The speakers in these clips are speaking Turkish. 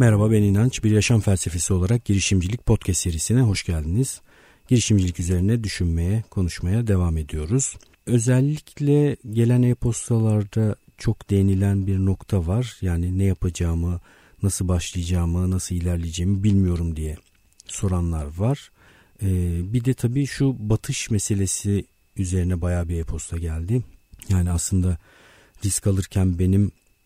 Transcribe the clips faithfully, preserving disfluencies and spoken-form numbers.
Merhaba, ben İnanç. Bir yaşam felsefesi olarak girişimcilik podcast serisine hoş geldiniz. Girişimcilik üzerine düşünmeye, konuşmaya devam ediyoruz. Özellikle gelen e-postalarda çok değinilen bir nokta var. Yani ne yapacağımı, nasıl başlayacağımı, nasıl ilerleyeceğimi bilmiyorum diye soranlar var. Ee, bir de tabii şu batış meselesi üzerine bayağı bir e-posta geldi. Yani aslında risk alırken benim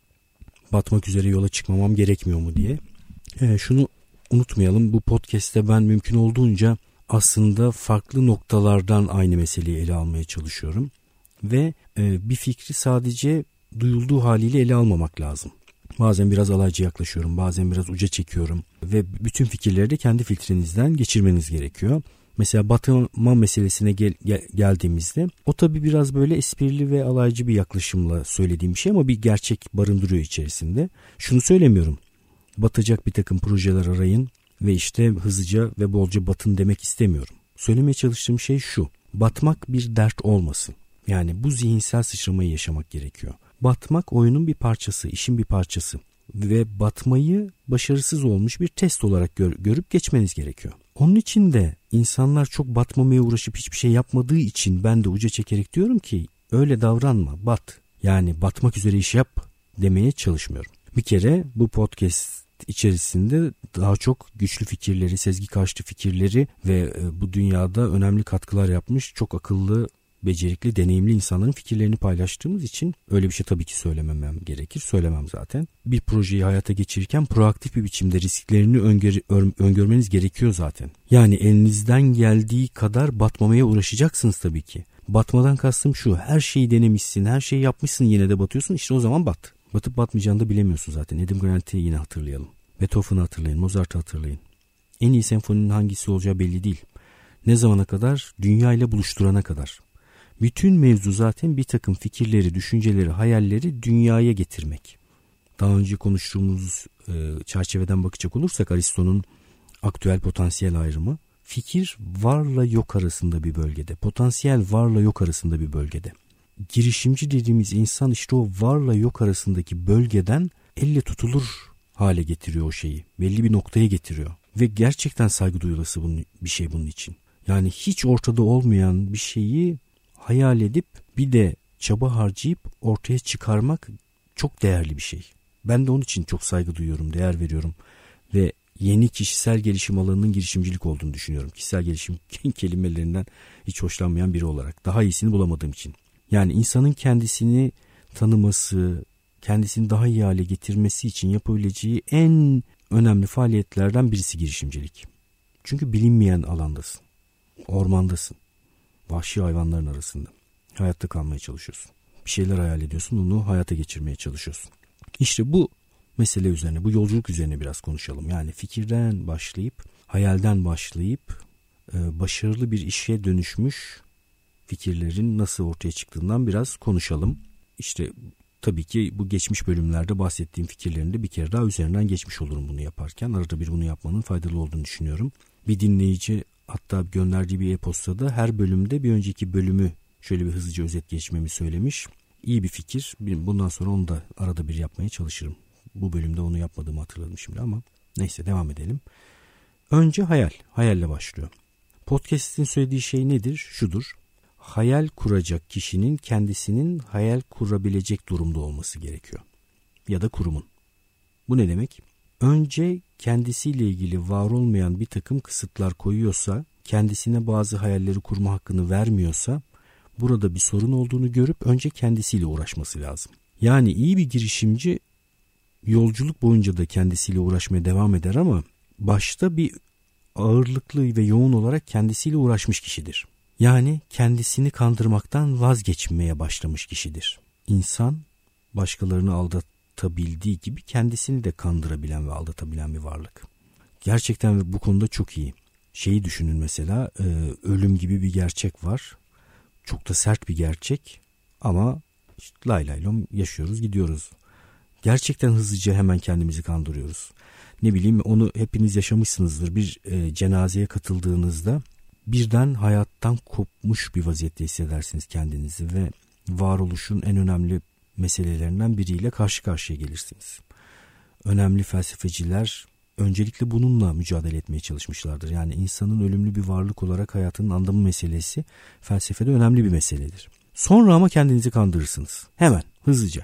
batmak üzere yola çıkmamam gerekmiyor mu diye. Ee, şunu unutmayalım, bu podcast'te ben mümkün olduğunca aslında farklı noktalardan aynı meseleyi ele almaya çalışıyorum. Ve e, bir fikri sadece duyulduğu haliyle ele almamak lazım. Bazen biraz alaycı yaklaşıyorum, bazen biraz uca çekiyorum ve bütün fikirleri de kendi filtrenizden geçirmeniz gerekiyor. Mesela batma meselesine gel, gel, geldiğimizde o tabii biraz böyle esprili ve alaycı bir yaklaşımla söylediğim bir şey ama bir gerçek barındırıyor içerisinde. Şunu söylemiyorum, batacak bir takım projeler arayın ve işte hızlıca ve bolca batın demek istemiyorum. Söylemeye çalıştığım şey şu: batmak bir dert olmasın. Yani bu zihinsel sıçramayı yaşamak gerekiyor. Batmak oyunun bir parçası, işin bir parçası ve batmayı başarısız olmuş bir test olarak gör, görüp geçmeniz gerekiyor. Onun için de insanlar çok batmamaya uğraşıp hiçbir şey yapmadığı için ben de uca çekerek diyorum ki öyle davranma, bat. Yani batmak üzere iş yap demeye çalışmıyorum. Bir kere bu podcast içerisinde daha çok güçlü fikirleri, sezgi karşıtı fikirleri ve bu dünyada önemli katkılar yapmış çok akıllı, becerikli, deneyimli insanların fikirlerini paylaştığımız için öyle bir şey tabii ki söylememem gerekir. Söylemem zaten. Bir projeyi hayata geçirirken proaktif bir biçimde risklerini öngör, öngörmeniz gerekiyor zaten. Yani elinizden geldiği kadar batmamaya uğraşacaksınız tabii ki. Batmadan kastım şu: her şeyi denemişsin, her şeyi yapmışsın, yine de batıyorsun, işte o zaman bat. Batıp batmayacağını da bilemiyorsun zaten. Adam Grant'i yine hatırlayalım. Beethoven'ı hatırlayın, Mozart'ı hatırlayın. En iyi senfoninin hangisi olacağı belli değil. Ne zamana kadar? Dünya ile buluşturana kadar. Bütün mevzu zaten bir takım fikirleri, düşünceleri, hayalleri dünyaya getirmek. Daha önce konuştuğumuz e, çerçeveden bakacak olursak Aristo'nun aktüel potansiyel ayrımı, fikir varla yok arasında bir bölgede, potansiyel varla yok arasında bir bölgede. Girişimci dediğimiz insan işte o varla yok arasındaki bölgeden elle tutulur hale getiriyor o şeyi. Belli bir noktaya getiriyor. Ve gerçekten saygı duyulası bunun, bir şey bunun için. Yani hiç ortada olmayan bir şeyi hayal edip bir de çaba harcayıp ortaya çıkarmak çok değerli bir şey. Ben de onun için çok saygı duyuyorum, değer veriyorum ve yeni kişisel gelişim alanının girişimcilik olduğunu düşünüyorum. Kişisel gelişim kelimelerinden hiç hoşlanmayan biri olarak. Daha iyisini bulamadığım için. Yani insanın kendisini tanıması, kendisini daha iyi hale getirmesi için yapabileceği en önemli faaliyetlerden birisi girişimcilik. Çünkü bilinmeyen alandasın, ormandasın, vahşi hayvanların arasında. Hayatta kalmaya çalışıyorsun. Bir şeyler hayal ediyorsun, onu hayata geçirmeye çalışıyorsun. İşte bu mesele üzerine, bu yolculuk üzerine biraz konuşalım. Yani fikirden başlayıp, hayalden başlayıp başarılı bir işe dönüşmüş fikirlerin nasıl ortaya çıktığından biraz konuşalım. İşte tabii ki bu geçmiş bölümlerde bahsettiğim fikirlerin de bir kere daha üzerinden geçmiş olurum bunu yaparken. Arada bir bunu yapmanın faydalı olduğunu düşünüyorum. Bir dinleyici hatta gönderdiği bir e-postada her bölümde bir önceki bölümü şöyle bir hızlıca özet geçmemi söylemiş. İyi bir fikir. Bundan sonra onu da arada bir yapmaya çalışırım. Bu bölümde onu yapmadığımı hatırladım şimdi ama neyse, devam edelim. Önce hayal. Hayalle başlıyor. Podcast'in söylediği şey nedir? Şudur: hayal kuracak kişinin kendisinin hayal kurabilecek durumda olması gerekiyor. Ya da kurumun. Bu ne demek? Önce kendisiyle ilgili var olmayan bir takım kısıtlar koyuyorsa, kendisine bazı hayalleri kurma hakkını vermiyorsa, burada bir sorun olduğunu görüp önce kendisiyle uğraşması lazım. Yani iyi bir girişimci yolculuk boyunca da kendisiyle uğraşmaya devam eder ama başta bir ağırlıklı ve yoğun olarak kendisiyle uğraşmış kişidir. Yani kendisini kandırmaktan vazgeçmeye başlamış kişidir. İnsan başkalarını aldatabildiği gibi kendisini de kandırabilen ve aldatabilen bir varlık. Gerçekten bu konuda çok iyi. Şeyi düşünün mesela, ölüm gibi bir gerçek var. Çok da sert bir gerçek ama işte lay lay lom yaşıyoruz, gidiyoruz. Gerçekten hızlıca hemen kendimizi kandırıyoruz. Ne bileyim, onu hepiniz yaşamışsınızdır. Bir e, cenazeye katıldığınızda birden hayattan kopmuş bir vaziyette hissedersiniz kendinizi ve varoluşun en önemli meselelerinden biriyle karşı karşıya gelirsiniz. önemli felsefeciler öncelikle bununla mücadele etmeye çalışmışlardır. Yani insanın ölümlü bir varlık olarak hayatının anlamı meselesi felsefede önemli bir meseledir. Sonra ama kendinizi kandırırsınız. Hemen, hızlıca.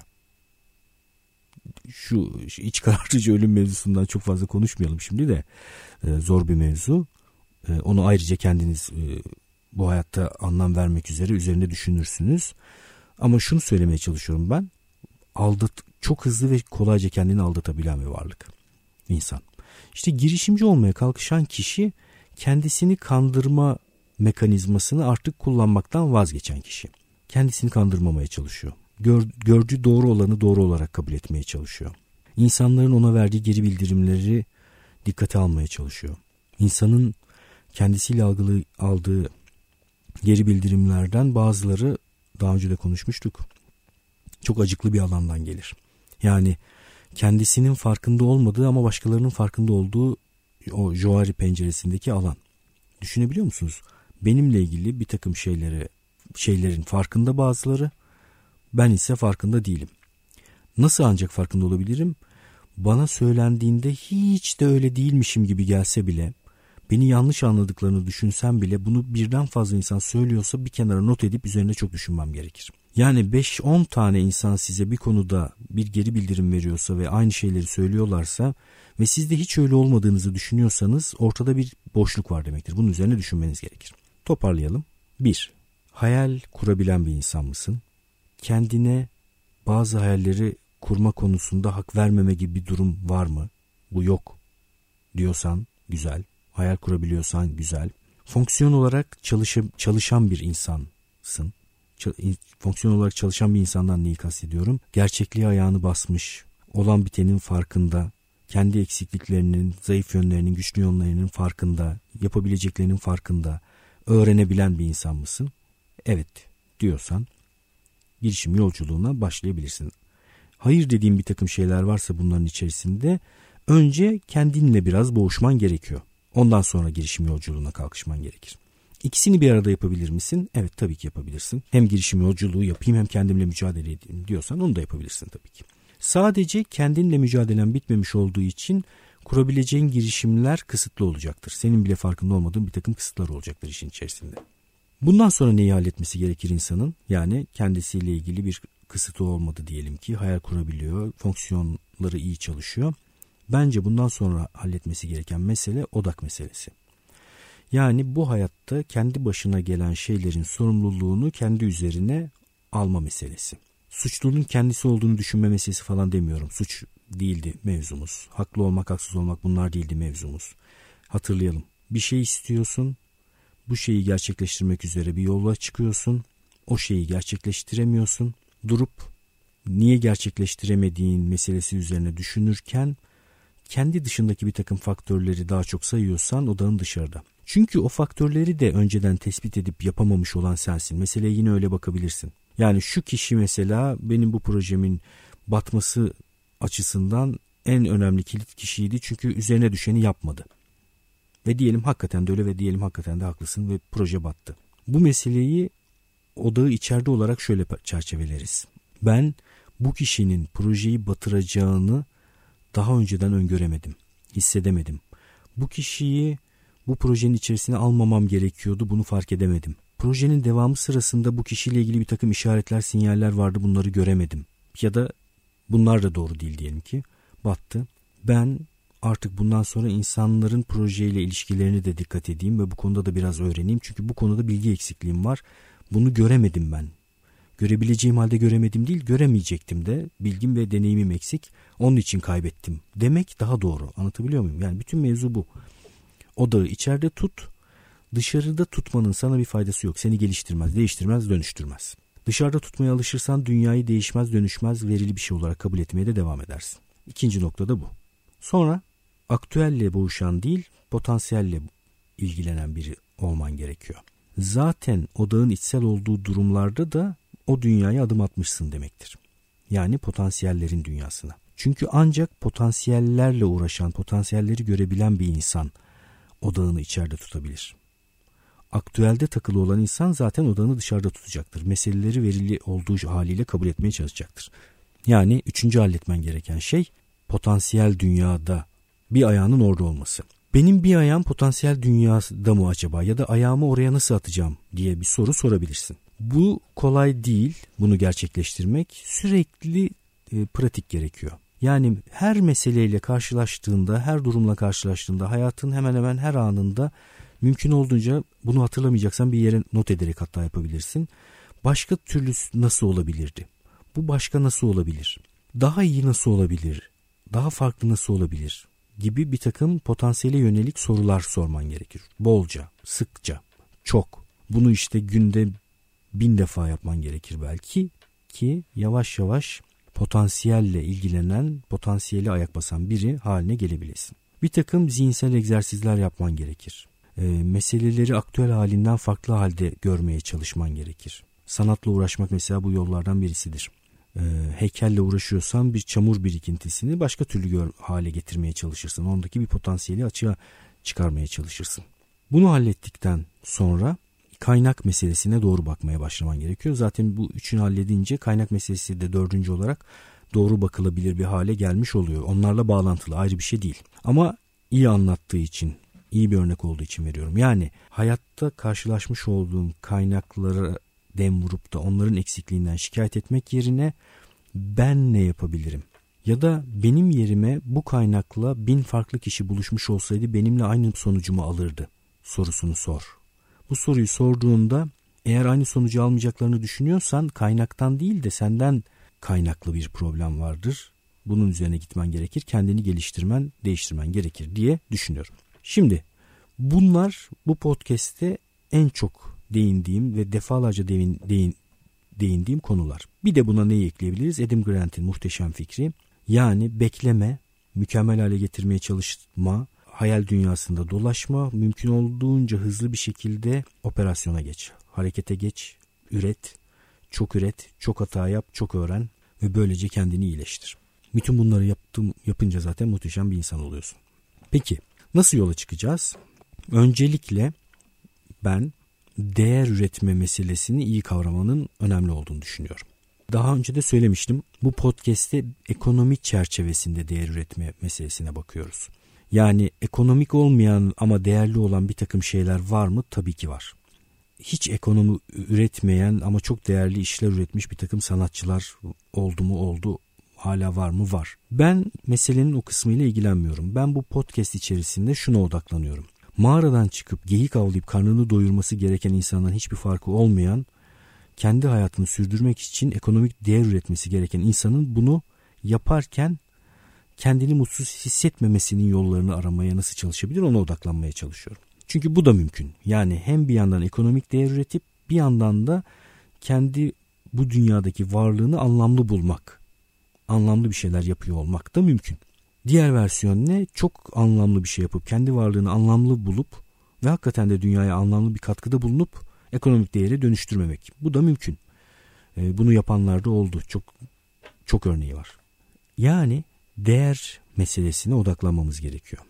Şu, şu iç karartıcı ölüm mevzusundan çok fazla konuşmayalım şimdi de. Ee, zor bir mevzu. Ee, onu ayrıca kendiniz e, bu hayatta anlam vermek üzere üzerine düşünürsünüz. Ama şunu söylemeye çalışıyorum ben. Aldat, çok hızlı ve kolayca kendini aldatabilen bir varlık. İnsan. İşte girişimci olmaya kalkışan kişi kendisini kandırma mekanizmasını artık kullanmaktan vazgeçen kişi. Kendisini kandırmamaya çalışıyor. Gör, gördüğü doğru olanı doğru olarak kabul etmeye çalışıyor. İnsanların ona verdiği geri bildirimleri dikkate almaya çalışıyor. İnsanın kendisiyle algılı, aldığı geri bildirimlerden bazıları daha önce de konuşmuştuk. Çok acıklı bir alandan gelir. Yani kendisinin farkında olmadığı ama başkalarının farkında olduğu o Johari penceresindeki alan. Düşünebiliyor musunuz? Benimle ilgili bir takım şeylere, şeylerin farkında bazıları, ben ise farkında değilim. Nasıl ancak farkında olabilirim? Bana söylendiğinde hiç de öyle değilmişim gibi gelse bile, beni yanlış anladıklarını düşünsem bile bunu birden fazla insan söylüyorsa bir kenara not edip üzerine çok düşünmem gerekir. Yani beş on tane insan size bir konuda bir geri bildirim veriyorsa ve aynı şeyleri söylüyorlarsa ve siz de hiç öyle olmadığınızı düşünüyorsanız ortada bir boşluk var demektir. Bunun üzerine düşünmeniz gerekir. Toparlayalım. bir. Hayal kurabilen bir insan mısın? Kendine bazı hayalleri kurma konusunda hak vermeme gibi bir durum var mı? Bu yok diyorsan güzel. Hayal kurabiliyorsan güzel. Fonksiyon olarak çalışı, çalışan bir insansın. Fonksiyon olarak çalışan bir insandan neyi kastediyorum? Gerçekliğe ayağını basmış, olan bitenin farkında, kendi eksikliklerinin, zayıf yönlerinin, güçlü yönlerinin farkında, yapabileceklerinin farkında, öğrenebilen bir insan mısın? Evet diyorsan girişim yolculuğuna başlayabilirsin. Hayır dediğim bir takım şeyler varsa bunların içerisinde önce kendinle biraz boğuşman gerekiyor. Ondan sonra girişim yolculuğuna kalkışman gerekir. İkisini bir arada yapabilir misin? Evet tabii ki yapabilirsin. Hem girişim yolculuğu yapayım hem kendimle mücadele edeyim diyorsan onu da yapabilirsin tabii ki. Sadece kendinle mücadelen bitmemiş olduğu için kurabileceğin girişimler kısıtlı olacaktır. Senin bile farkında olmadığın bir takım kısıtlar olacaktır işin içerisinde. Bundan sonra neyi halletmesi gerekir insanın? Yani kendisiyle ilgili bir kısıtı olmadı diyelim ki, hayal kurabiliyor, fonksiyonları iyi çalışıyor. Bence bundan sonra halletmesi gereken mesele odak meselesi. Yani bu hayatta kendi başına gelen şeylerin sorumluluğunu kendi üzerine alma meselesi. Suçlunun kendisi olduğunu düşünme meselesi falan demiyorum. Suç değildi mevzumuz. Haklı olmak, haksız olmak bunlar değildi mevzumuz. Hatırlayalım. Bir şey istiyorsun. Bu şeyi gerçekleştirmek üzere bir yola çıkıyorsun. O şeyi gerçekleştiremiyorsun. Durup niye gerçekleştiremediğin meselesi üzerine düşünürken kendi dışındaki bir takım faktörleri daha çok sayıyorsan odağın dışarıda. Çünkü o faktörleri de önceden tespit edip yapamamış olan sensin. Meseleye yine öyle bakabilirsin. Yani şu kişi mesela benim bu projemin batması açısından en önemli kilit kişiydi. Çünkü üzerine düşeni yapmadı. Ve diyelim hakikaten de öyle ve diyelim hakikaten de haklısın ve proje battı. Bu meseleyi odağı içeride olarak şöyle çerçeveleriz. Ben bu kişinin projeyi batıracağını daha önceden öngöremedim, hissedemedim. Bu kişiyi bu projenin içerisine almamam gerekiyordu, bunu fark edemedim. Projenin devamı sırasında bu kişiyle ilgili bir takım işaretler, sinyaller vardı, bunları göremedim. Ya da bunlar da doğru değil diyelim ki, battı. Ben artık bundan sonra insanların projeyle ilişkilerini de dikkat edeyim ve bu konuda da biraz öğreneyim. Çünkü bu konuda bilgi eksikliğim var. Bunu göremedim ben. Görebileceğim halde göremedim değil, göremeyecektim de. Bilgim ve deneyimim eksik. Onun için kaybettim demek daha doğru. Anlatabiliyor muyum? Yani bütün mevzu bu. Odağı içeride tut. Dışarıda tutmanın sana bir faydası yok. Seni geliştirmez, değiştirmez, dönüştürmez. Dışarıda tutmaya alışırsan dünyayı değişmez, dönüşmez, verili bir şey olarak kabul etmeye de devam edersin. İkinci nokta da bu. Sonra aktüelle boğuşan değil, potansiyelle ilgilenen biri olman gerekiyor. Zaten odağın içsel olduğu durumlarda da o dünyaya adım atmışsın demektir. Yani potansiyellerin dünyasına. Çünkü ancak potansiyellerle uğraşan, potansiyelleri görebilen bir insan odağını içeride tutabilir. Aktüelde takılı olan insan zaten odağını dışarıda tutacaktır. Meseleleri verili olduğu haliyle kabul etmeye çalışacaktır. Yani üçüncü halletmen gereken şey potansiyel dünyada bir ayağının orada olması. Benim bir ayağım potansiyel dünyada mı acaba ya da ayağımı oraya nasıl atacağım diye bir soru sorabilirsin. Bu kolay değil, bunu gerçekleştirmek. Sürekli e, pratik gerekiyor. Yani her meseleyle karşılaştığında, her durumla karşılaştığında, hayatın hemen hemen her anında mümkün olduğunca bunu hatırlamayacaksan bir yere not ederek hatta yapabilirsin. Başka türlüsü nasıl olabilirdi? Bu başka nasıl olabilir? Daha iyi nasıl olabilir? Daha farklı nasıl olabilir? Gibi bir takım potansiyele yönelik sorular sorman gerekir. Bolca, sıkça, çok. Bunu işte günde bin defa yapman gerekir belki ki yavaş yavaş potansiyelle ilgilenen, potansiyeli ayak basan biri haline gelebilesin. Bir takım zihinsel egzersizler yapman gerekir. E, meseleleri aktüel halinden farklı halde görmeye çalışman gerekir. Sanatla uğraşmak mesela bu yollardan birisidir. E, heykelle uğraşıyorsan bir çamur birikintisini başka türlü gör, hale getirmeye çalışırsın. Ondaki bir potansiyeli açığa çıkarmaya çalışırsın. Bunu hallettikten sonra kaynak meselesine doğru bakmaya başlaman gerekiyor. Zaten bu üçünü halledince kaynak meselesi de dördüncü olarak doğru bakılabilir bir hale gelmiş oluyor. Onlarla bağlantılı, ayrı bir şey değil. Ama iyi anlattığı için, iyi bir örnek olduğu için veriyorum. Yani hayatta karşılaşmış olduğum kaynaklara dem vurup da onların eksikliğinden şikayet etmek yerine ben ne yapabilirim? Ya da benim yerime bu kaynakla bin farklı kişi buluşmuş olsaydı benimle aynı sonucumu alırdı sorusunu sor. Bu soruyu sorduğunda eğer aynı sonucu almayacaklarını düşünüyorsan kaynaktan değil de senden kaynaklı bir problem vardır. Bunun üzerine gitmen gerekir. Kendini geliştirmen, değiştirmen gerekir diye düşünüyorum. Şimdi bunlar bu podcast'te en çok değindiğim ve defalarca değin, değin, değindiğim konular. Bir de buna neyi ekleyebiliriz? Adam Grant'in muhteşem fikri. Yani bekleme, mükemmel hale getirmeye çalışma, hayal dünyasında dolaşma, mümkün olduğunca hızlı bir şekilde operasyona geç, harekete geç, üret, çok üret, çok hata yap, çok öğren ve böylece kendini iyileştir. Bütün bunları yaptım, yapınca zaten muhteşem bir insan oluyorsun. Peki nasıl yola çıkacağız? Öncelikle ben değer üretme meselesini iyi kavramanın önemli olduğunu düşünüyorum. Daha önce de söylemiştim, bu podcast'te ekonomik çerçevesinde değer üretme meselesine bakıyoruz. Yani ekonomik olmayan ama değerli olan bir takım şeyler var mı? Tabii ki var. Hiç ekonomi üretmeyen ama çok değerli işler üretmiş bir takım sanatçılar oldu mu? Oldu. Hala var mı? Var. Ben meselenin o kısmıyla ilgilenmiyorum. Ben bu podcast içerisinde şuna odaklanıyorum. Mağaradan çıkıp geyik avlayıp karnını doyurması gereken insandan hiçbir farkı olmayan, kendi hayatını sürdürmek için ekonomik değer üretmesi gereken insanın bunu yaparken kendini mutsuz hissetmemesinin yollarını aramaya nasıl çalışabilir, ona odaklanmaya çalışıyorum. Çünkü bu da mümkün. Yani hem bir yandan ekonomik değer üretip bir yandan da kendi bu dünyadaki varlığını anlamlı bulmak, anlamlı bir şeyler yapıyor olmak da mümkün. Diğer versiyon ne? Çok anlamlı bir şey yapıp kendi varlığını anlamlı bulup ve hakikaten de dünyaya anlamlı bir katkıda bulunup ekonomik değeri dönüştürmemek. Bu da mümkün. Bunu yapanlar da oldu. Çok çok örneği var. Yani değer meselesine odaklanmamız gerekiyor.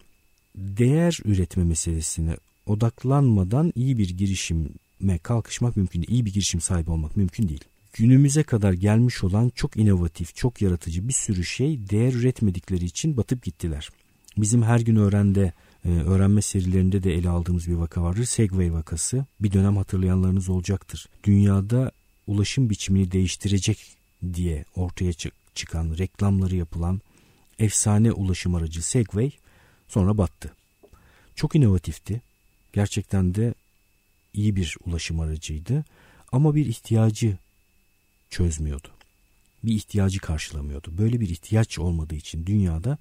Değer üretme meselesine odaklanmadan iyi bir girişime kalkışmak mümkün değil. İyi bir girişim sahibi olmak mümkün değil. Günümüze kadar gelmiş olan çok inovatif, çok yaratıcı bir sürü şey değer üretmedikleri için batıp gittiler. Bizim her gün öğrende, öğrenme serilerinde de ele aldığımız bir vaka vardır. Segway vakası. Bir dönem hatırlayanlarınız olacaktır. Dünyada ulaşım biçimini değiştirecek diye ortaya çıkan, reklamları yapılan efsane ulaşım aracı Segway sonra battı. Çok inovatifti. Gerçekten de iyi bir ulaşım aracıydı. Ama bir ihtiyacı çözmüyordu. Bir ihtiyacı karşılamıyordu. Böyle bir ihtiyaç olmadığı için dünyada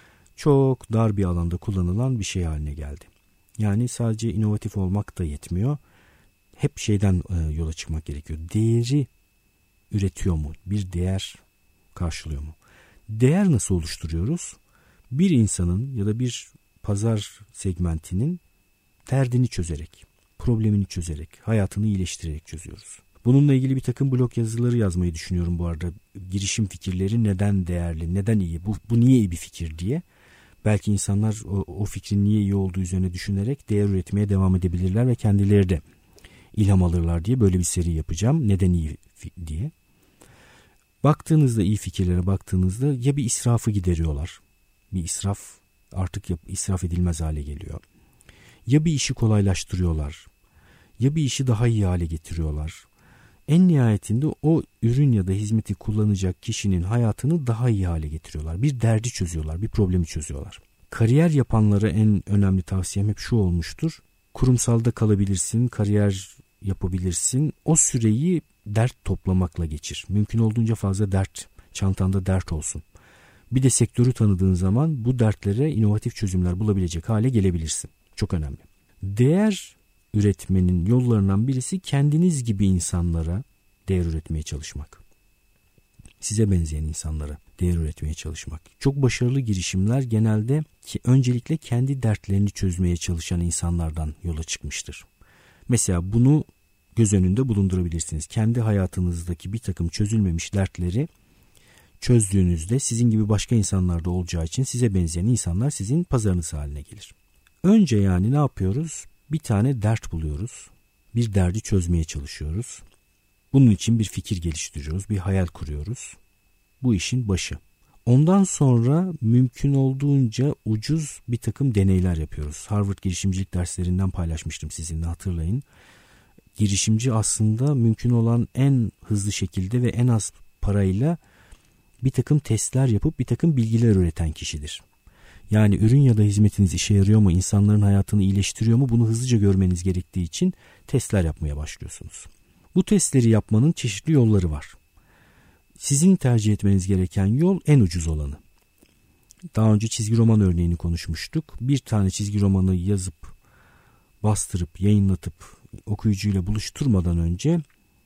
çok dar bir alanda kullanılan bir şey haline geldi. Yani sadece inovatif olmak da yetmiyor. Hep şeyden e, yola çıkmak gerekiyor. Değeri üretiyor mu? Bir değer karşılıyor mu? Değer nasıl oluşturuyoruz? Bir insanın ya da bir pazar segmentinin derdini çözerek, problemini çözerek, hayatını iyileştirerek çözüyoruz. Bununla ilgili bir takım blog yazıları yazmayı düşünüyorum bu arada. Girişim fikirleri neden değerli, neden iyi, bu, bu niye iyi bir fikir diye. Belki insanlar o, o fikrin niye iyi olduğu üzerine düşünerek değer üretmeye devam edebilirler ve kendileri de ilham alırlar diye böyle bir seri yapacağım. Neden iyi diye. Baktığınızda iyi fikirlere baktığınızda ya bir israfı gideriyorlar. bir israf artık yap, israf edilmez hale geliyor. Ya bir işi kolaylaştırıyorlar, ya bir işi daha iyi hale getiriyorlar. En nihayetinde o ürün ya da hizmeti kullanacak kişinin hayatını daha iyi hale getiriyorlar. Bir derdi çözüyorlar, bir problemi çözüyorlar. Kariyer yapanlara en önemli tavsiyem hep şu olmuştur. Kurumsalda kalabilirsin, kariyer yapabilirsin. O süreyi dert toplamakla geçir. Mümkün olduğunca fazla dert, çantanda dert olsun. Bir de sektörü tanıdığın zaman bu dertlere inovatif çözümler bulabilecek hale gelebilirsin. Çok önemli. Değer üretmenin yollarından birisi kendiniz gibi insanlara değer üretmeye çalışmak. Size benzeyen insanlara değer üretmeye çalışmak. Çok başarılı girişimler genelde ki öncelikle kendi dertlerini çözmeye çalışan insanlardan yola çıkmıştır. Mesela bunu göz önünde bulundurabilirsiniz. Kendi hayatınızdaki bir takım çözülmemiş dertleri çözdüğünüzde sizin gibi başka insanlar da olacağı için size benzeyen insanlar sizin pazarınız haline gelir. Önce yani ne yapıyoruz? Bir tane dert buluyoruz. Bir derdi çözmeye çalışıyoruz. Bunun için bir fikir geliştiriyoruz, bir hayal kuruyoruz. Bu işin başı. Ondan sonra mümkün olduğunca ucuz bir takım deneyler yapıyoruz. Harvard girişimcilik derslerinden paylaşmıştım sizinle, hatırlayın. Girişimci aslında mümkün olan en hızlı şekilde ve en az parayla bir takım testler yapıp bir takım bilgiler üreten kişidir. Yani ürün ya da hizmetiniz işe yarıyor mu, insanların hayatını iyileştiriyor mu, bunu hızlıca görmeniz gerektiği için testler yapmaya başlıyorsunuz. Bu testleri yapmanın çeşitli yolları var. Sizin tercih etmeniz gereken yol en ucuz olanı. Daha önce çizgi roman örneğini konuşmuştuk. Bir tane çizgi romanı yazıp, bastırıp, yayınlatıp, okuyucuyla buluşturmadan önce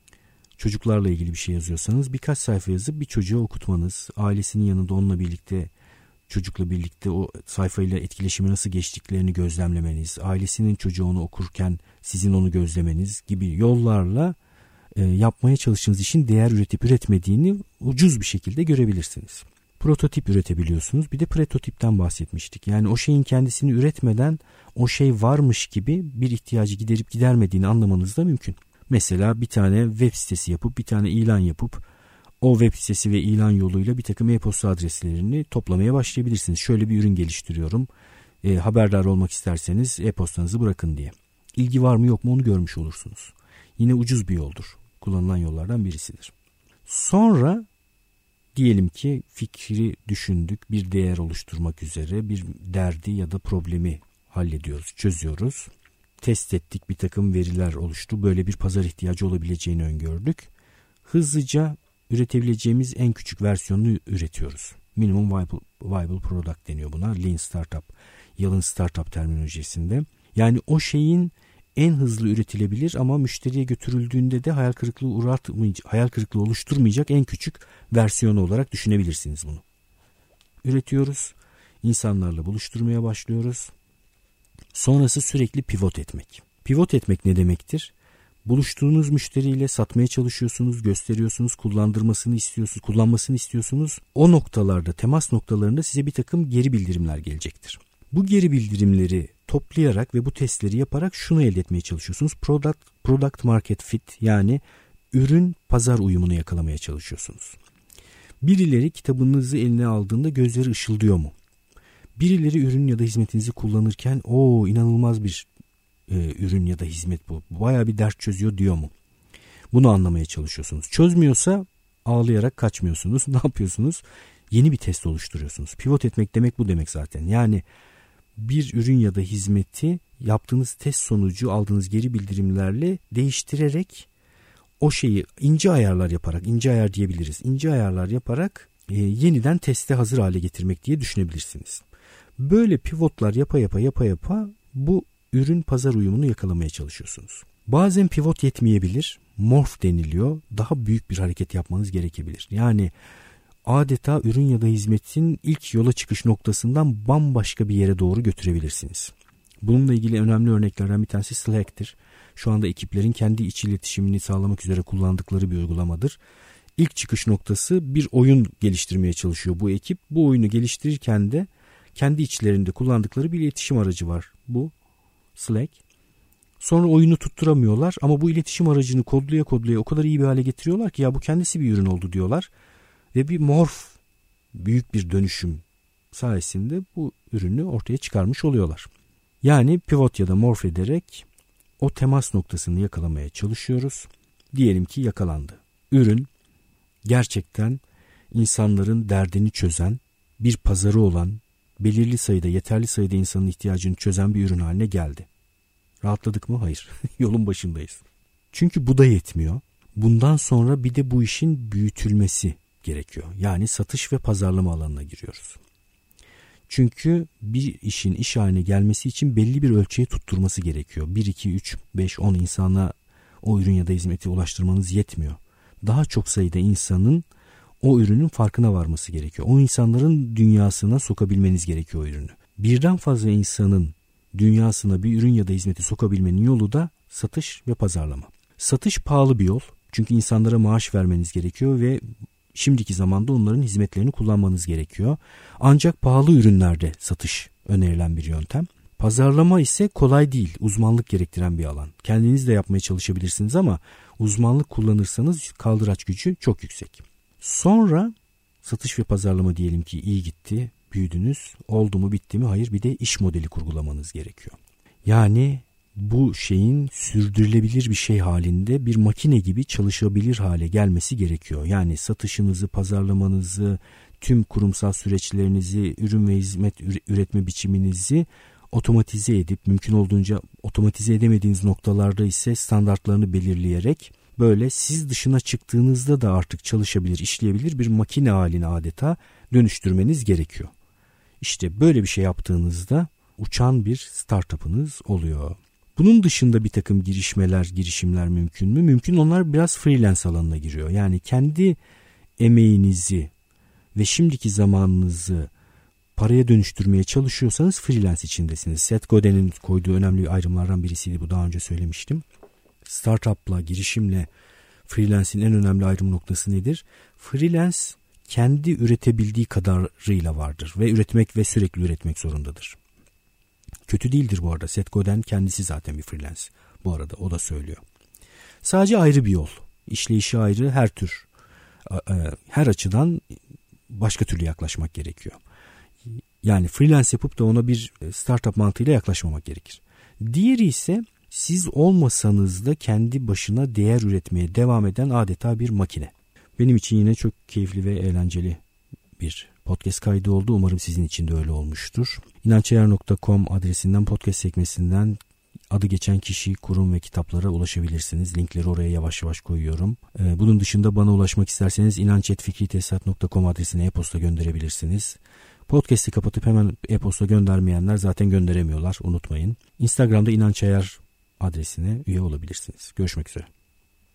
çocuklarla ilgili bir şey yazıyorsanız birkaç sayfa yazıp bir çocuğa okutmanız, ailesinin yanında onunla birlikte, çocukla birlikte o sayfayla etkileşimi nasıl geçtiklerini gözlemlemeniz, ailesinin çocuğu onu okurken sizin onu gözlemeniz gibi yollarla e, yapmaya çalıştığınız işin değer üretip üretmediğini ucuz bir şekilde görebilirsiniz. Prototip üretebiliyorsunuz. Bir de prototipten bahsetmiştik. Yani o şeyin kendisini üretmeden o şey varmış gibi bir ihtiyacı giderip gidermediğini anlamanız da mümkün. Mesela bir tane web sitesi yapıp bir tane ilan yapıp o web sitesi ve ilan yoluyla bir takım e-posta adreslerini toplamaya başlayabilirsiniz. Şöyle bir ürün geliştiriyorum. E, haberdar olmak isterseniz e-postanızı bırakın diye. İlgi var mı yok mu onu görmüş olursunuz. Yine ucuz bir yoldur. Kullanılan yollardan birisidir. Sonra diyelim ki fikri düşündük, bir değer oluşturmak üzere bir derdi ya da problemi hallediyoruz, çözüyoruz. Test ettik, bir takım veriler oluştu. Böyle bir pazar ihtiyacı olabileceğini öngördük. Hızlıca üretebileceğimiz en küçük versiyonunu üretiyoruz. Minimum viable, viable product deniyor buna. Lean startup, yalın startup terminolojisinde. Yani o şeyin en hızlı üretilebilir ama müşteriye götürüldüğünde de hayal kırıklığı uğratmayacak, hayal kırıklığı oluşturmayacak en küçük versiyonu olarak düşünebilirsiniz bunu. Üretiyoruz, insanlarla buluşturmaya başlıyoruz. Sonrası sürekli pivot etmek. Pivot etmek ne demektir? Buluştuğunuz müşteriyle satmaya çalışıyorsunuz, gösteriyorsunuz, kullandırmasını istiyorsunuz, kullanmasını istiyorsunuz. O noktalarda, temas noktalarında size bir takım geri bildirimler gelecektir. Bu geri bildirimleri toplayarak ve bu testleri yaparak şunu elde etmeye çalışıyorsunuz. Product, product market fit, yani ürün pazar uyumunu yakalamaya çalışıyorsunuz. Birileri kitabınızı eline aldığında gözleri ışıldıyor mu? Birileri ürün ya da hizmetinizi kullanırken o inanılmaz bir e, ürün ya da hizmet bu, bayağı bir dert çözüyor diyor mu? Bunu anlamaya çalışıyorsunuz. Çözmüyorsa ağlayarak kaçmıyorsunuz. Ne yapıyorsunuz? Yeni bir test oluşturuyorsunuz. Pivot etmek demek bu demek zaten. Yani bir ürün ya da hizmeti yaptığınız test sonucu aldığınız geri bildirimlerle değiştirerek o şeyi ince ayarlar yaparak, ince ayar diyebiliriz. İnce ayarlar yaparak e, yeniden teste hazır hale getirmek diye düşünebilirsiniz. Böyle pivotlar yapa yapa yapa yapa bu ürün pazar uyumunu yakalamaya çalışıyorsunuz. Bazen pivot yetmeyebilir. Morf deniliyor. Daha büyük bir hareket yapmanız gerekebilir. Yani adeta ürün ya da hizmetin ilk yola çıkış noktasından bambaşka bir yere doğru götürebilirsiniz. Bununla ilgili önemli örneklerden bir tanesi Slack'tir. Şu anda ekiplerin kendi iç iletişimini sağlamak üzere kullandıkları bir uygulamadır. İlk çıkış noktası bir oyun geliştirmeye çalışıyor bu ekip. Bu oyunu geliştirirken de kendi içlerinde kullandıkları bir iletişim aracı var. Bu Slack. Sonra oyunu tutturamıyorlar ama bu iletişim aracını kodluya kodluya o kadar iyi bir hale getiriyorlar ki ya bu kendisi bir ürün oldu diyorlar. Ve bir morf, büyük bir dönüşüm sayesinde bu ürünü ortaya çıkarmış oluyorlar. Yani pivot ya da morf ederek o temas noktasını yakalamaya çalışıyoruz. Diyelim ki yakalandı. Ürün gerçekten insanların derdini çözen, bir pazarı olan, belirli sayıda, yeterli sayıda insanın ihtiyacını çözen bir ürün haline geldi. Rahatladık mı? Hayır. Yolun başındayız. Çünkü bu da yetmiyor. Bundan sonra bir de bu işin büyütülmesi gerekiyor. Yani satış ve pazarlama alanına giriyoruz. Çünkü bir işin iş haline gelmesi için belli bir ölçüye tutturması gerekiyor. bir, iki, üç, beş, on insana o ürün ya da hizmeti ulaştırmanız yetmiyor. Daha çok sayıda insanın o ürünün farkına varması gerekiyor. O insanların dünyasına sokabilmeniz gerekiyor o ürünü. Birden fazla insanın dünyasına bir ürün ya da hizmeti sokabilmenin yolu da satış ve pazarlama. Satış pahalı bir yol. Çünkü insanlara maaş vermeniz gerekiyor ve şimdiki zamanda onların hizmetlerini kullanmanız gerekiyor. Ancak pahalı ürünlerde satış önerilen bir yöntem. Pazarlama ise kolay değil, uzmanlık gerektiren bir alan. Kendiniz de yapmaya çalışabilirsiniz ama uzmanlık kullanırsanız kaldıraç gücü çok yüksek. Sonra satış ve pazarlama diyelim ki iyi gitti, büyüdünüz, oldu mu bitti mi? Hayır, bir de iş modeli kurgulamanız gerekiyor. Yani bu şeyin sürdürülebilir bir şey halinde bir makine gibi çalışabilir hale gelmesi gerekiyor. Yani satışınızı, pazarlamanızı, tüm kurumsal süreçlerinizi, ürün ve hizmet üretme biçiminizi otomatize edip mümkün olduğunca otomatize edemediğiniz noktalarda ise standartlarını belirleyerek böyle siz dışına çıktığınızda da artık çalışabilir, işleyebilir bir makine haline adeta dönüştürmeniz gerekiyor. İşte böyle bir şey yaptığınızda uçan bir startup'ınız oluyor. Bunun dışında bir takım girişmeler, girişimler mümkün mü? Mümkün. Onlar biraz freelance alanına giriyor. Yani kendi emeğinizi ve şimdiki zamanınızı paraya dönüştürmeye çalışıyorsanız freelance içindesiniz. Seth Godin'in koyduğu önemli ayrımlardan birisiydi. Bu daha önce söylemiştim. Startup'la, girişimle freelance'in en önemli ayrım noktası nedir? Freelance kendi üretebildiği kadarıyla vardır ve üretmek ve sürekli üretmek zorundadır. Kötü değildir bu arada. Seth Godin kendisi zaten bir freelance. Bu arada o da söylüyor. Sadece ayrı bir yol. İşleyişi ayrı, her tür, her açıdan başka türlü yaklaşmak gerekiyor. Yani freelance yapıp da ona bir startup mantığıyla yaklaşmamak gerekir. Diğeri ise siz olmasanız da kendi başına değer üretmeye devam eden adeta bir makine. Benim için yine çok keyifli ve eğlenceli bir podcast kaydı oldu. Umarım sizin için de öyle olmuştur. inançayar nokta com adresinden, podcast sekmesinden adı geçen kişi, kurum ve kitaplara ulaşabilirsiniz. Linkleri oraya yavaş yavaş koyuyorum. Bunun dışında bana ulaşmak isterseniz inanç et fikri tesisat nokta com adresine e-posta gönderebilirsiniz. Podcast'i kapatıp hemen e-posta göndermeyenler zaten gönderemiyorlar. Unutmayın. Instagram'da inançayar adresine üye olabilirsiniz. Görüşmek üzere.